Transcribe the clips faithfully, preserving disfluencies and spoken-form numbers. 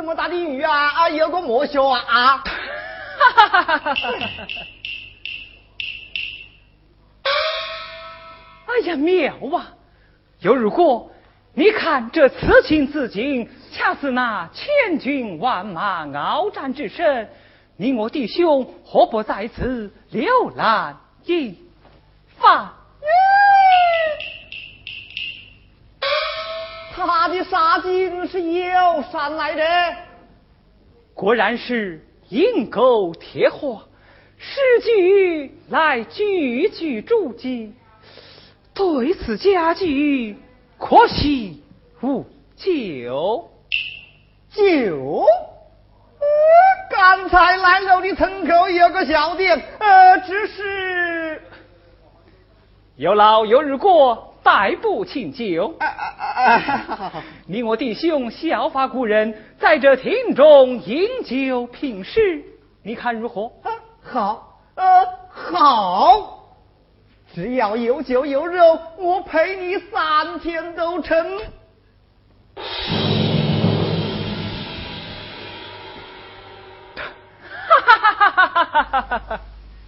么大的雨啊啊，有个莫学啊啊！ 哈哈哈哈哈哈！哎呀，妙啊！又如果你看这此情此景，恰似那千军万马鏖战之声，你我弟兄何不在此浏览一番？ 他的杀精是由山来的， 果然是阴沟铁花，诗句来句句注记，对此佳句可惜无救。 酒？呃，刚才来了的村口有个小店，呃，只是有老有日过，待不请酒。 啊啊啊！ 你我弟兄效法古人，在这厅中饮酒品诗，你看如何？ 啊、好，呃，好，只要有酒有肉，我陪你三天都成。 哈哈哈哈哈哈哈哈哈！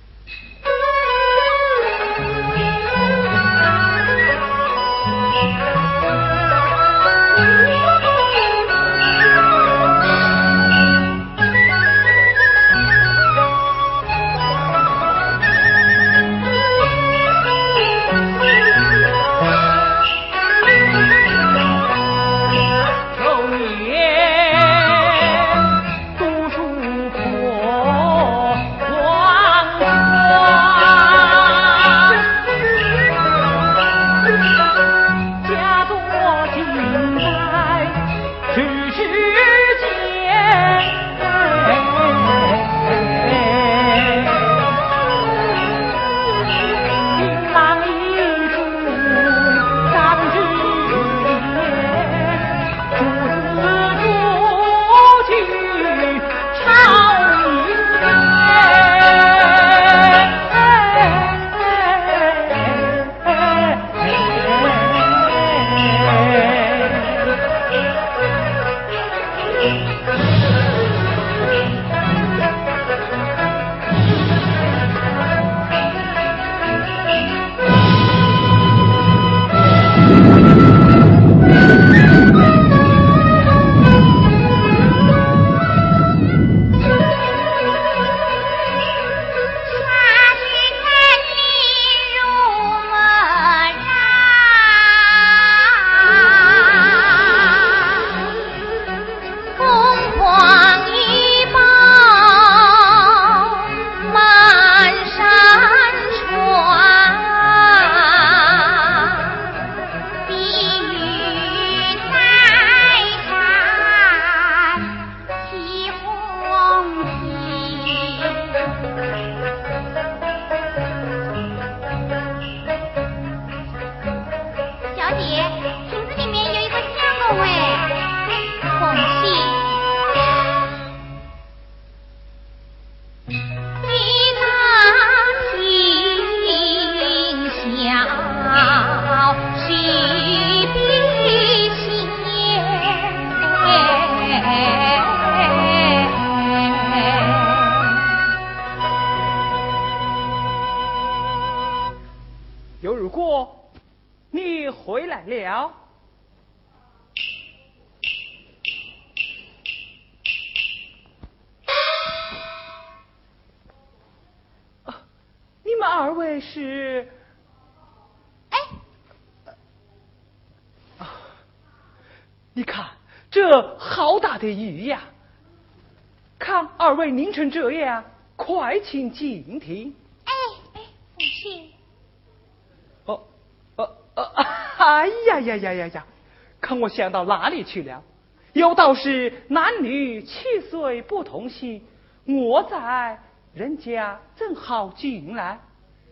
有如果你回来了，啊，你们二位是？ 哎， 啊，你看这好大的雨呀！看二位拧成这样，快请静听。 哎哎，父亲。 哦，呃呃，哎呀呀呀呀呀！看我想到哪里去了？有道是男女七岁不同夕，我在人家正好进来。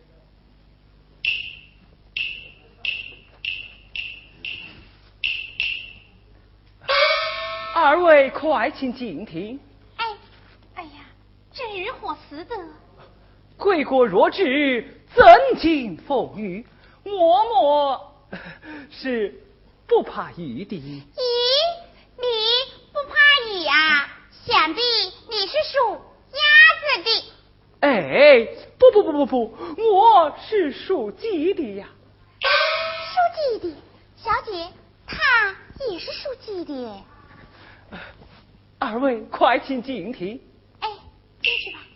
二位快请静听。 哎，哎呀，这如何死的？ 贵国若至，怎经风雨？嬷嬷是不怕雨的。 咦，你不怕雨啊？ 想必你是属鸭子的。 哎，不不不不不，我是属鸡的呀。 属鸡的，小姐，她也是属鸡的。 二位快请进庭。 哎，进去吧。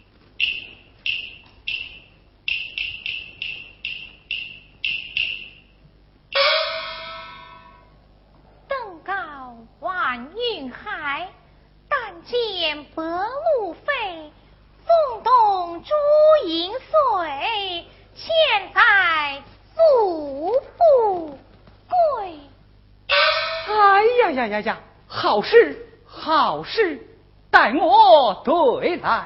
登高望云海，但见白鹭飞，风动烛影碎，千载复不归。 哎呀呀呀呀，好事好事，待我对来。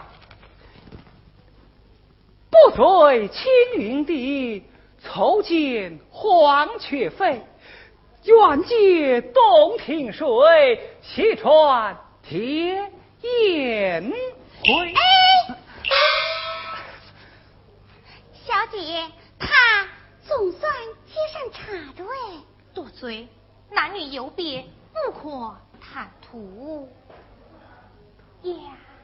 不随青云地，凑见黄雀飞。愿借洞庭水，西传天颜回。 哎，小姐，她总算接上茬的哎。 多嘴，男女有别，不可贪图呀。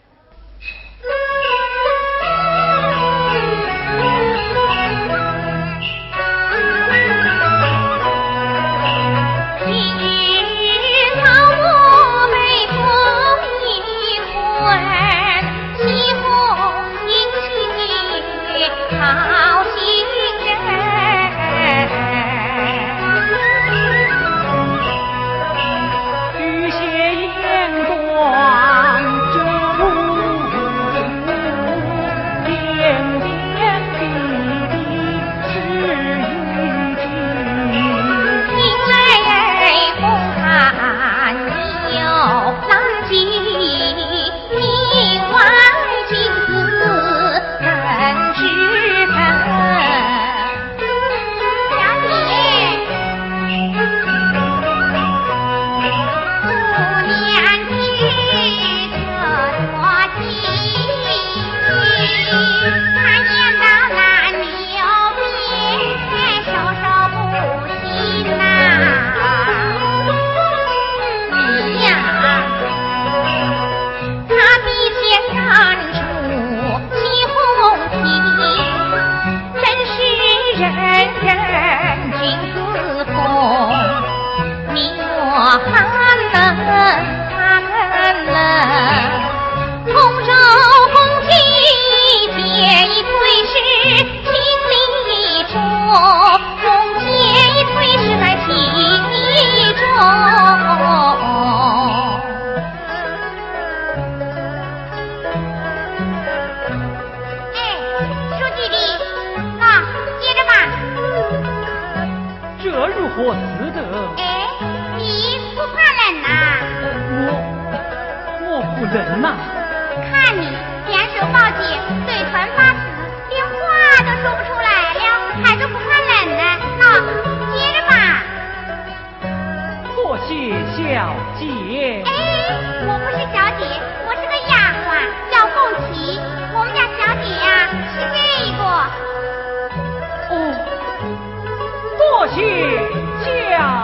我死的。 哎，你不怕冷呐？ 我我不冷呐。 看你两手抱紧，嘴唇发紫，连话都说不出来了，还说不怕冷呢？那接着吧。 多谢小姐。 哎，我不是小姐，我是个丫鬟，叫凤琪。我们家小姐呀、啊、是这个。 哦，多谢小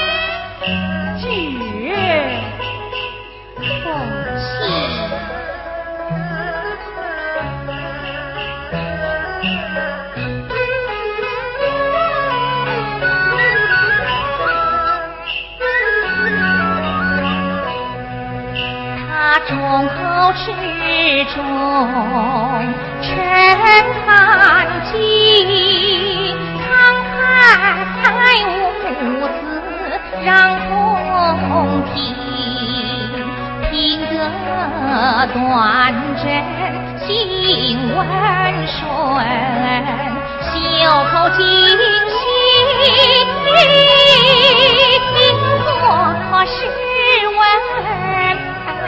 姐。 凤琪。 众口之中沉叹气，慷慨无私让公平，品格端正心温顺，袖口精细我是问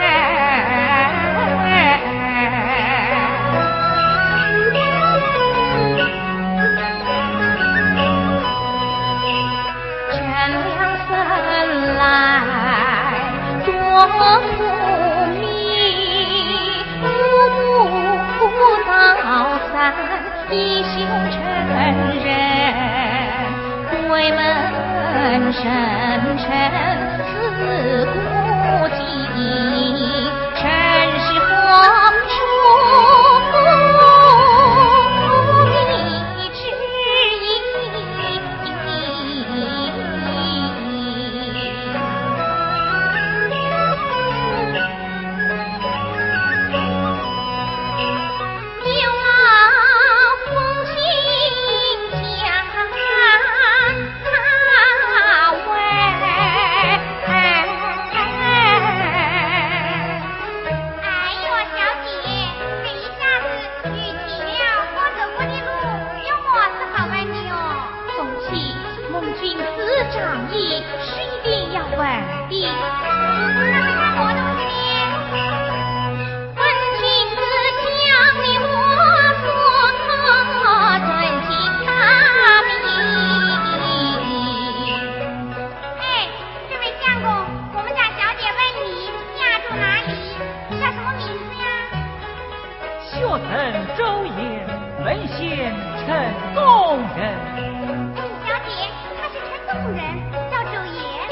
我父命，父母早散，一宿成人，鬼门深沉思故今，沉臣周延，本县陈公人。 小姐，他是陈公人，叫周延。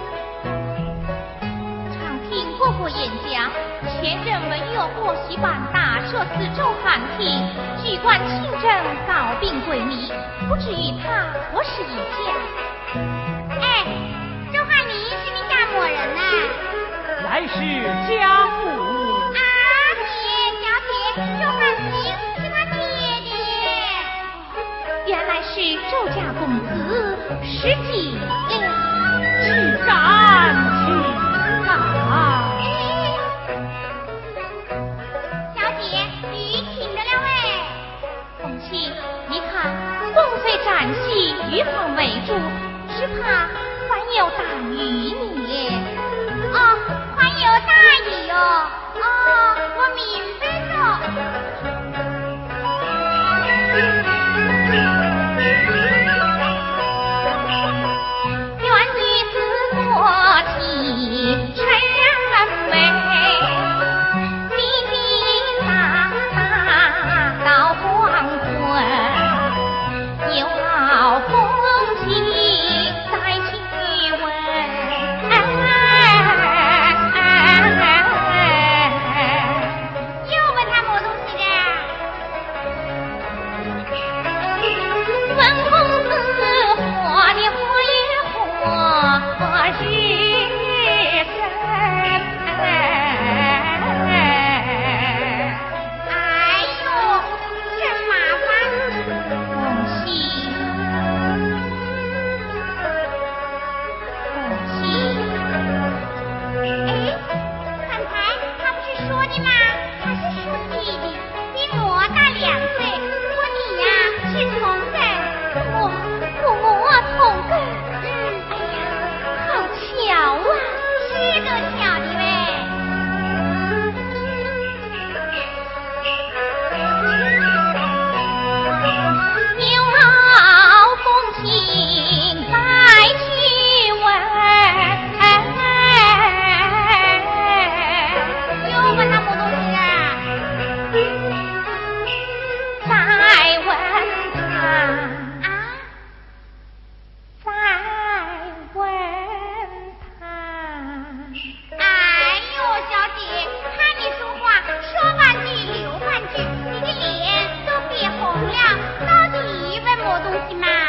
常听过过演讲，前任文有过习版大赦四周汉庭，举官清正，告病归迷，不至于他何时一家。 哎，周汉民是你家某人呢？ 来是家父。 啊，姐，小姐，周汉民是他爹爹。 原来是周家公子，失敬了， 岂敢岂敢！ 小姐，雨停着了喂。 凤七，你看，风虽暂息，雨方未住，只怕还有大雨呢。 哦，还有大雨哦。哦，我明白了。 愿女子国体沉美，叮叮当当到黄昏，有老风情在去闻。 又问他么东西的？ 问公子活的活也活是谁？ 哎呦，真麻烦。 恭喜恭喜！ 哎，刚才他不是说的吗？他是属鸡的，比我大两岁，和你呀是同根。 我我我同根， 嗯， 哎呀，好巧啊！ 是个巧的喂。 有老风情再去问， 又问他么东西啊？ 再问他， 啊？ 再问他。 哎呦，小姐，看你说话，说半句留半句，你的脸都憋红了，到底问么东西嘛？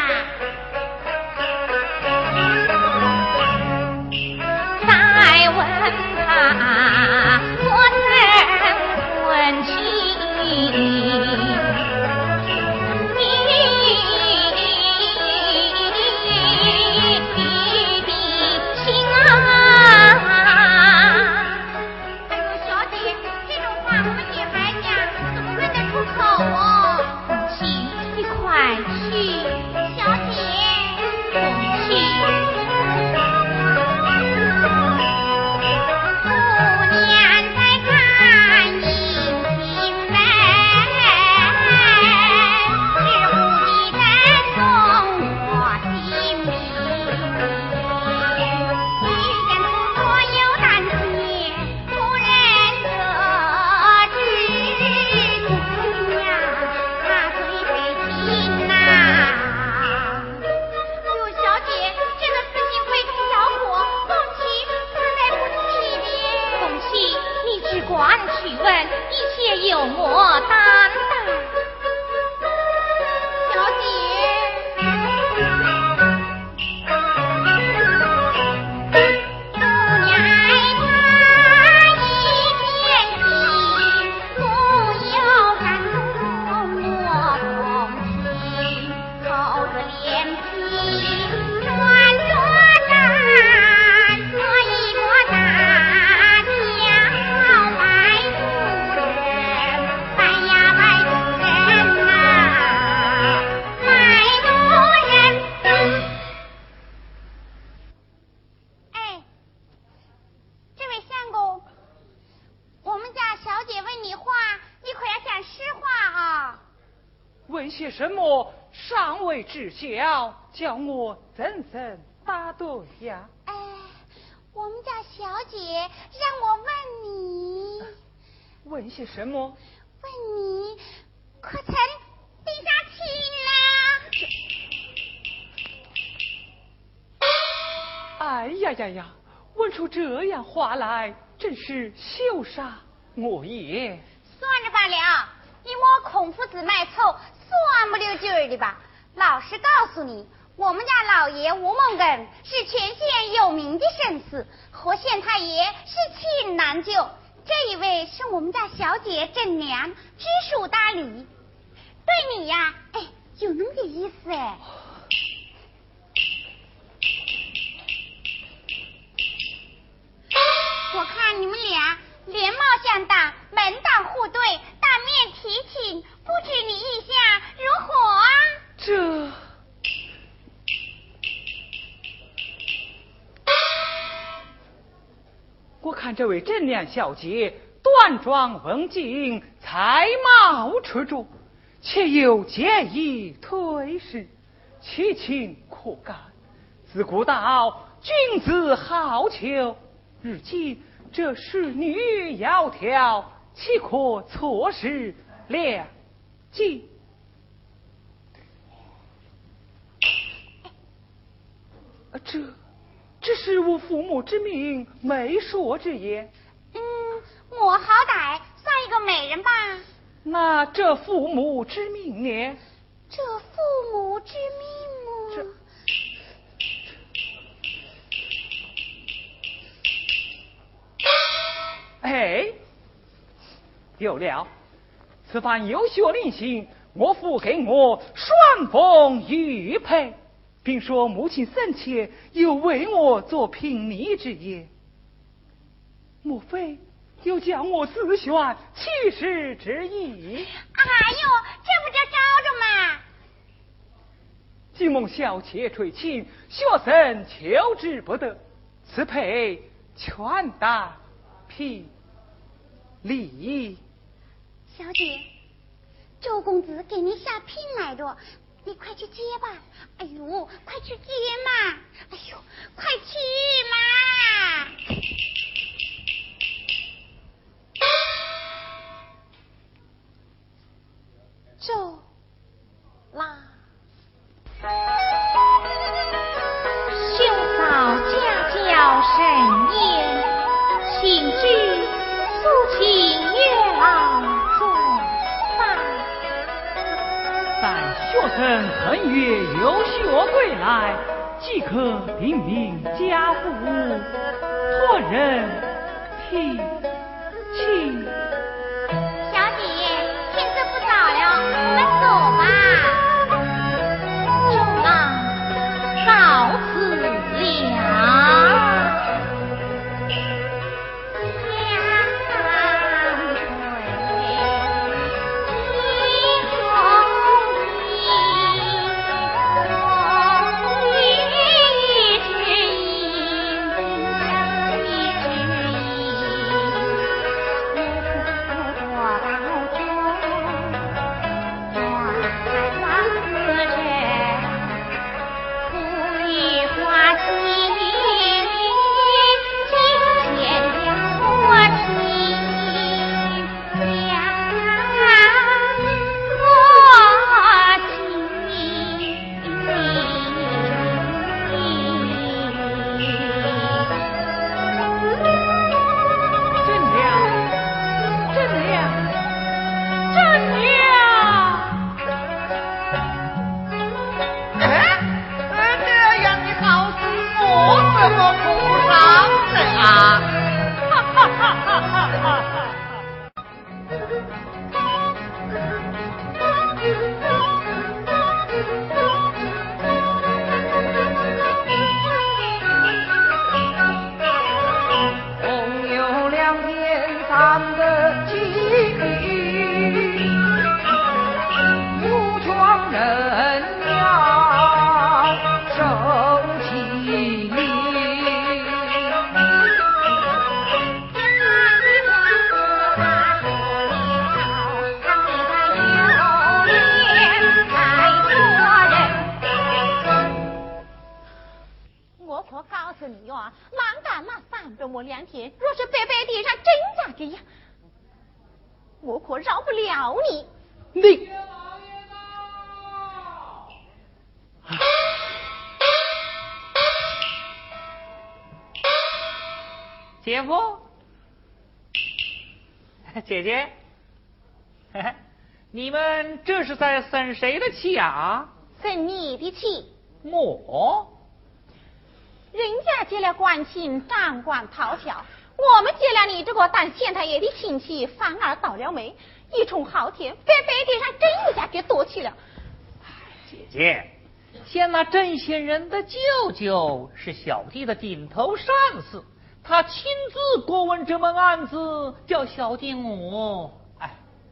再问他，我怎问起？你的情啊！ 哎呦，小姐，这种话我们女孩讲怎么问得出口哦？ 凤七，你快去， 小姐， 凤七。 姑娘在看银杏门，是湖的人动我心迷。遇见楚国有胆怯，夫人得知公呀，他最费心呐。哟，小姐，这个事情非同小可，凤七实在不起的。 凤七，你只管去问，一切由我担当。 小姐，姑娘爱他一片心，不要感动我凤七，厚着脸皮转着站，做一个大脚摆渡人，摆呀摆渡人呐，摆渡人。哎，这位相公，我们家小姐问你话，你可要讲实话啊。 问些什么尚未知晓，叫我怎怎答对呀？ 哎，我们家小姐让我问你， 问些什么？ 问你可曾定下亲了？哎呀呀呀！问出这样话来，真是羞煞我也。 算着罢了，你摸孔夫子卖丑，算不溜劲儿的吧？老实告诉你，我们家老爷吴孟根是全县有名的绅士，和县太爷是亲难救。这一位是我们家小姐真娘，知书达理，对你呀，哎，有那么点意思哎。我看你们俩连帽相当，门当户对，当面提亲，不知你意下如何啊？ 这我看这位真娘小姐端庄文静，才貌出众，且有建议推事，其情可感。自古道君子好逑，如今这侍女窈窕，岂可错失良机？这这是我父母之命，媒妁之言。 嗯，我好歹算一个美人吧。 那这父母之命呢？ 这父母之命吗？ 哎，有了！此番有学临行，我父给我双封玉佩，并说母亲生前有为我做聘礼之言，莫非又叫我自选妻室之意？ 哎呦，这不就招着吗？ 既蒙小妾垂青，学生求之不得，此佩全当聘礼。 小姐，周公子给你下聘来着，你快去接吧。哎呦，快去接嘛！哎呦，快去嘛！ 周拉兄嫂家教甚严，请知苏秦月老做饭。 待学生横越游学归来，即可禀明家父，托人聘请。 小姐，天色不早了，我们走吧。 周郎告辞了。 我可饶不了你。 你姐夫，姐姐，你们这是在生谁的气啊？ 生你的气。 我？ 人家结了官亲，掌管讨巧，我们结了你这个当县太爷的亲戚，反而倒了霉，一冲昊天，非非得让甄家给夺去了。 姐姐，现那甄仙人的舅舅是小弟的顶头上司，他亲自过问这门案子，叫小弟我。哎，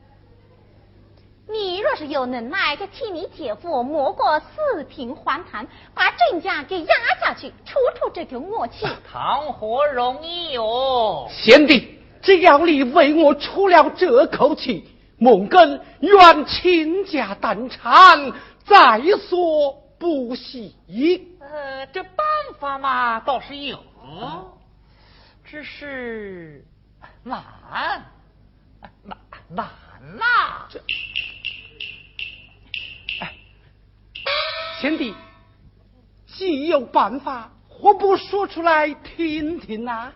你若是有能耐，就替你姐夫谋个四平还谈，把甄家给压下去，出出这口恶气。 谈何容易哟！ 贤弟，只要你为我出了这口气，蒙根愿倾家荡产，在所不惜。 呃，这办法嘛倒是有，只是难难难呐！ 这，哎，贤弟，既有办法，何不说出来听听啊？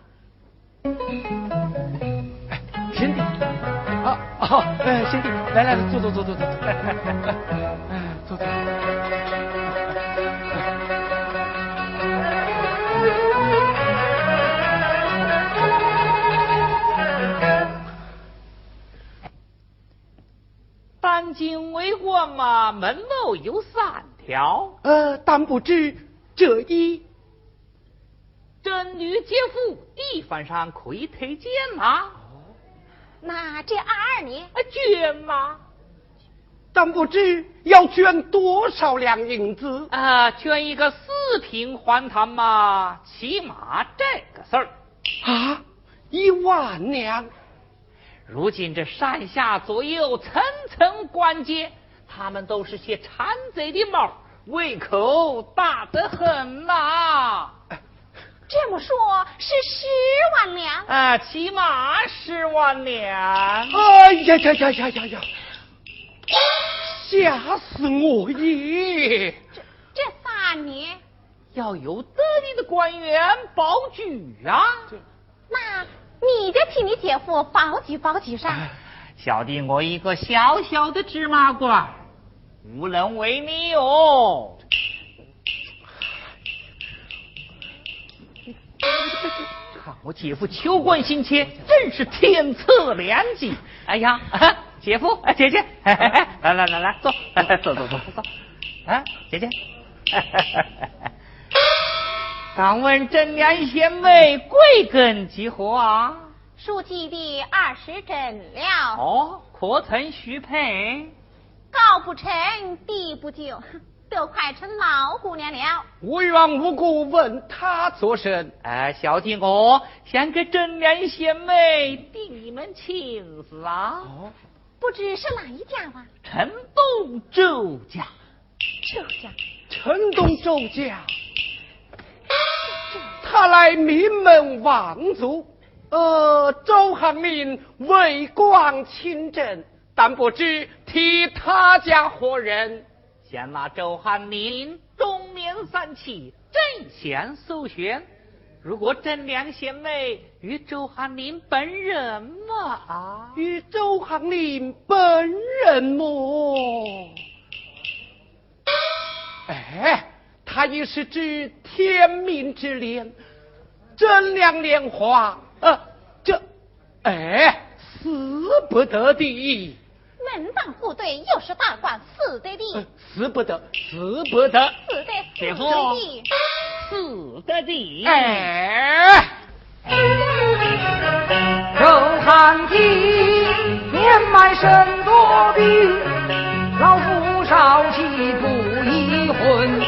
哎，贤弟，啊啊，哎，贤弟，来来，坐坐坐坐坐，哎，坐坐。 当今为官嘛，门路有三条。 呃，但不知这一甄女姐夫地方上可以推荐呐。 那这二呢？ 捐呐。 但不知要捐多少两银子？ 啊、呃，捐一个四平还谈嘛，起码这个事儿啊，一万两。 如今这上下左右层层关节，他们都是些馋贼的猫，胃口大得很呐、啊。 这么说，是十万两啊，起码十万两。 哎呀呀呀呀呀呀！吓死我也！ 这这三年要有得力的官员保举啊。 那你就替你姐夫保举保举上。 小弟我一个小小的芝麻官，无能为力哦。看我姐夫求官心切，真是天赐良机。哎呀，啊、姐夫，啊、姐姐，哎哎哎，来来来来，坐，坐坐坐坐，啊，姐姐。敢问甄良贤妹贵庚几何啊？ 书记的二十整了。 哦，可曾许配？ 高不成低不就，都快成老姑娘了。 无缘无故问他作甚？ 哎，小弟我想给甄良贤妹定一门亲事啊。 哦， 不知是哪一家吧？ 城东周家。 周家。 城东周家。他来名门望族，呃，周汉民为官清正，但不知替他家何人。 想那周汉民中年三妻，正贤首选。如果甄良贤妹与周汉民本人嘛啊？ 与周汉民本人么？哎。他也是指天命之恋，甄良莲花，呃，这，哎，死不得的。 门当户对，又是大官，死得的。 呃、死不得，死不得， 死得姐夫，死得的。 哎， 周汉庭年迈身多病，老夫少妻不宜婚。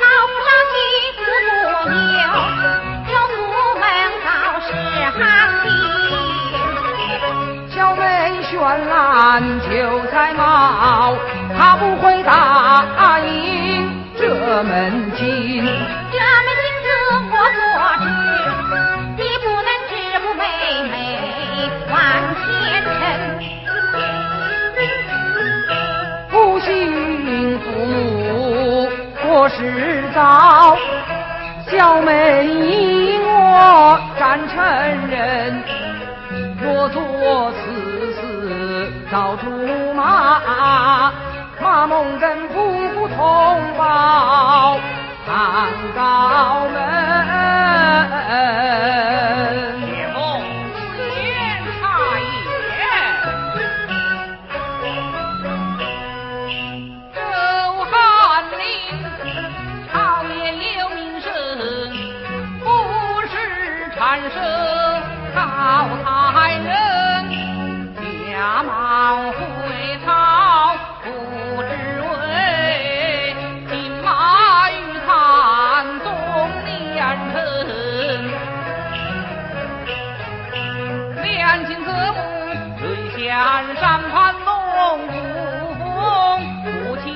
小妹绚烂求才貌，他不会答应这门亲。 这门亲自我所知，你不能只顾妹妹往前程， 是早，小妹你我战成人，若做此事遭诛马，马蒙跟夫妇同胞汉高门。 铁木此言差也。 周翰林朝野有名声，不是产生高才人，家忙回朝不知为，金马玉坛总连城，两情侧目对向山盘龙骨风不情，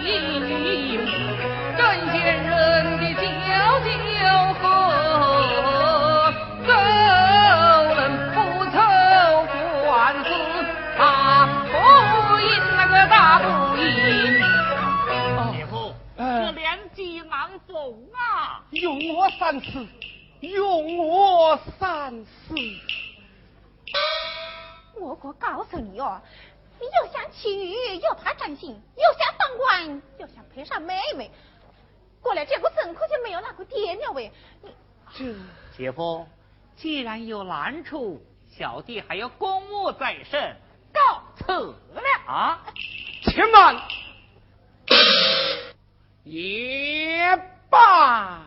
真仙人的交交合，走人不凑官司，大不赢那个大不赢。 姐夫，这两计难逢啊！ 用我三次，用我三次。 我可告诉你哦，你又想起鱼，又怕占心，又想当官，又想配上妹妹，过了这个阵可就没有那个爹了喂。你这姐夫，既然有难处，小弟还有公务在身，告辞了啊！ 且慢，也罢。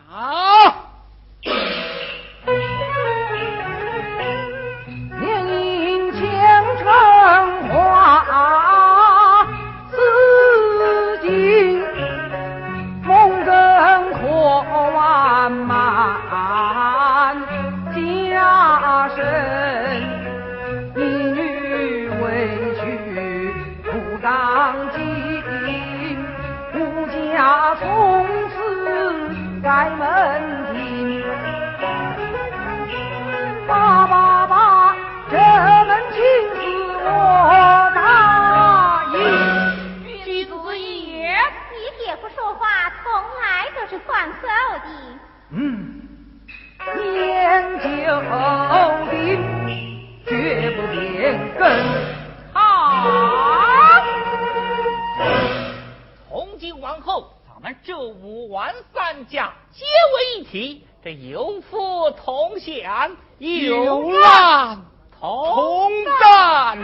年因前程花，自今梦更阔完满，家身一女委屈不当尽，吾家从此改门庭。爸爸爸，这门亲事我答应。 君子也。 你爹夫说话从来都是算数的。 嗯，年久定，绝不变更。 好，从今往后，咱们这五万三家结为一体，这有福同享， 有难同担。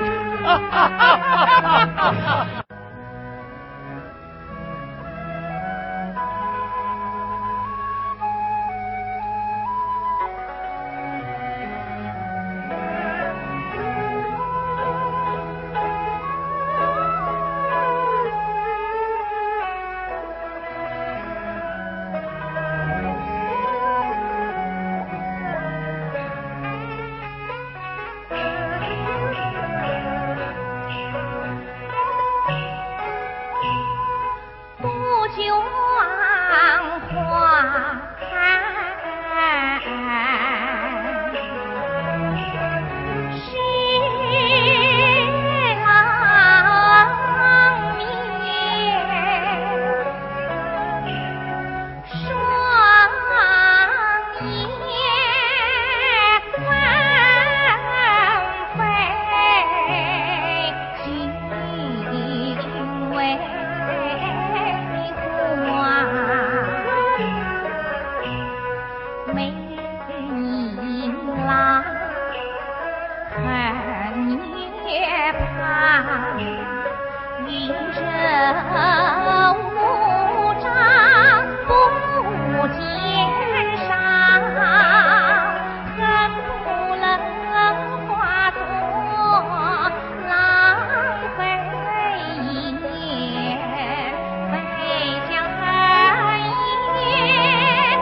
不久望花开，是郎面双眼纷飞，今为美女郎恨也怕，一人无章不见伤，恨不能化作狼飞燕，飞将恨也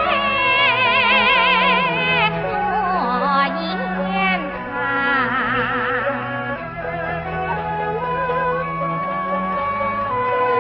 落烟残。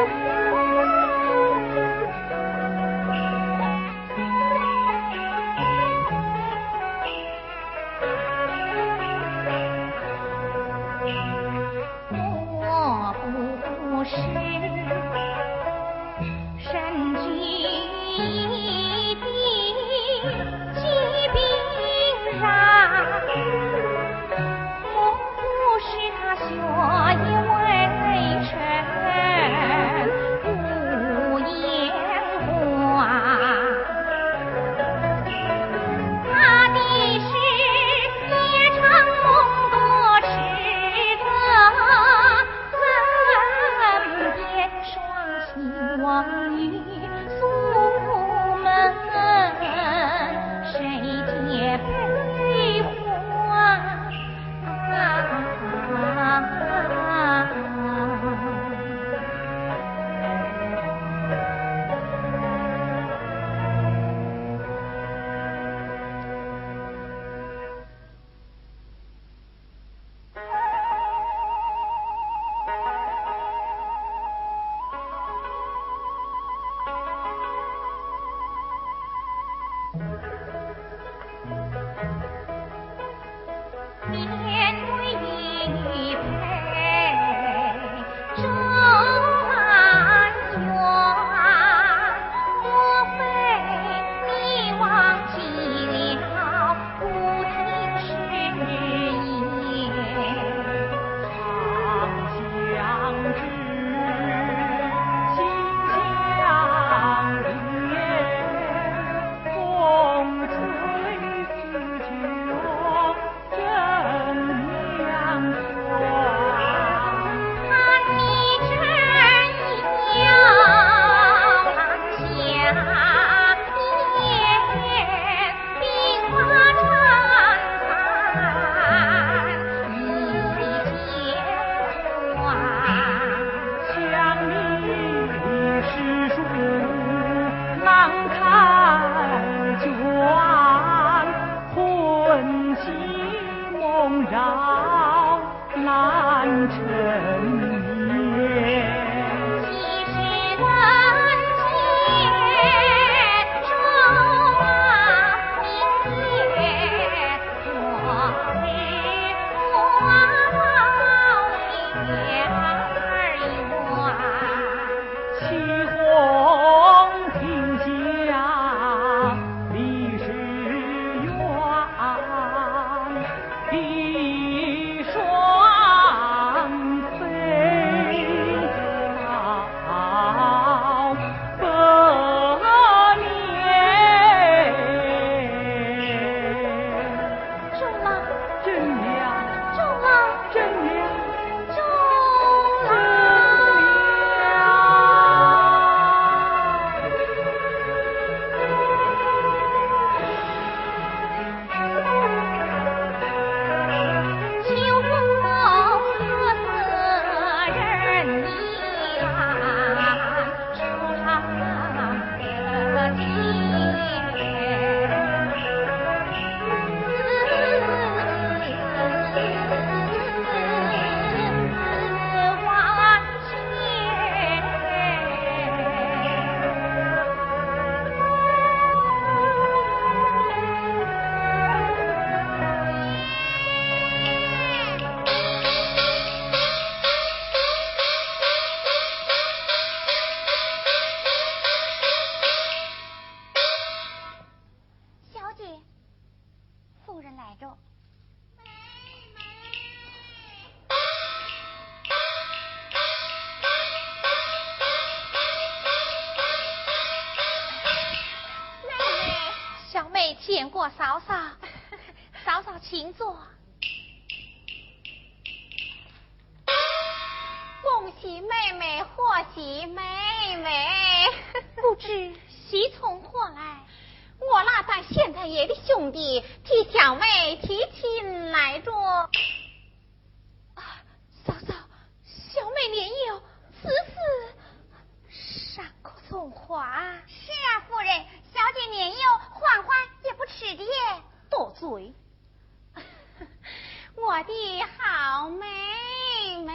见过嫂嫂，嫂嫂请坐。 恭喜妹妹，贺喜妹妹！ 不知喜从何来？ 我那在县太爷的兄弟替小妹提亲来着。啊， 嫂嫂，小妹年幼，此事尚可从缓。 是啊，夫人，小姐年幼，缓缓也不迟的耶。 多嘴。 我的好妹妹。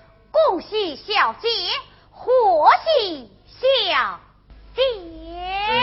恭喜小姐，贺喜小姐。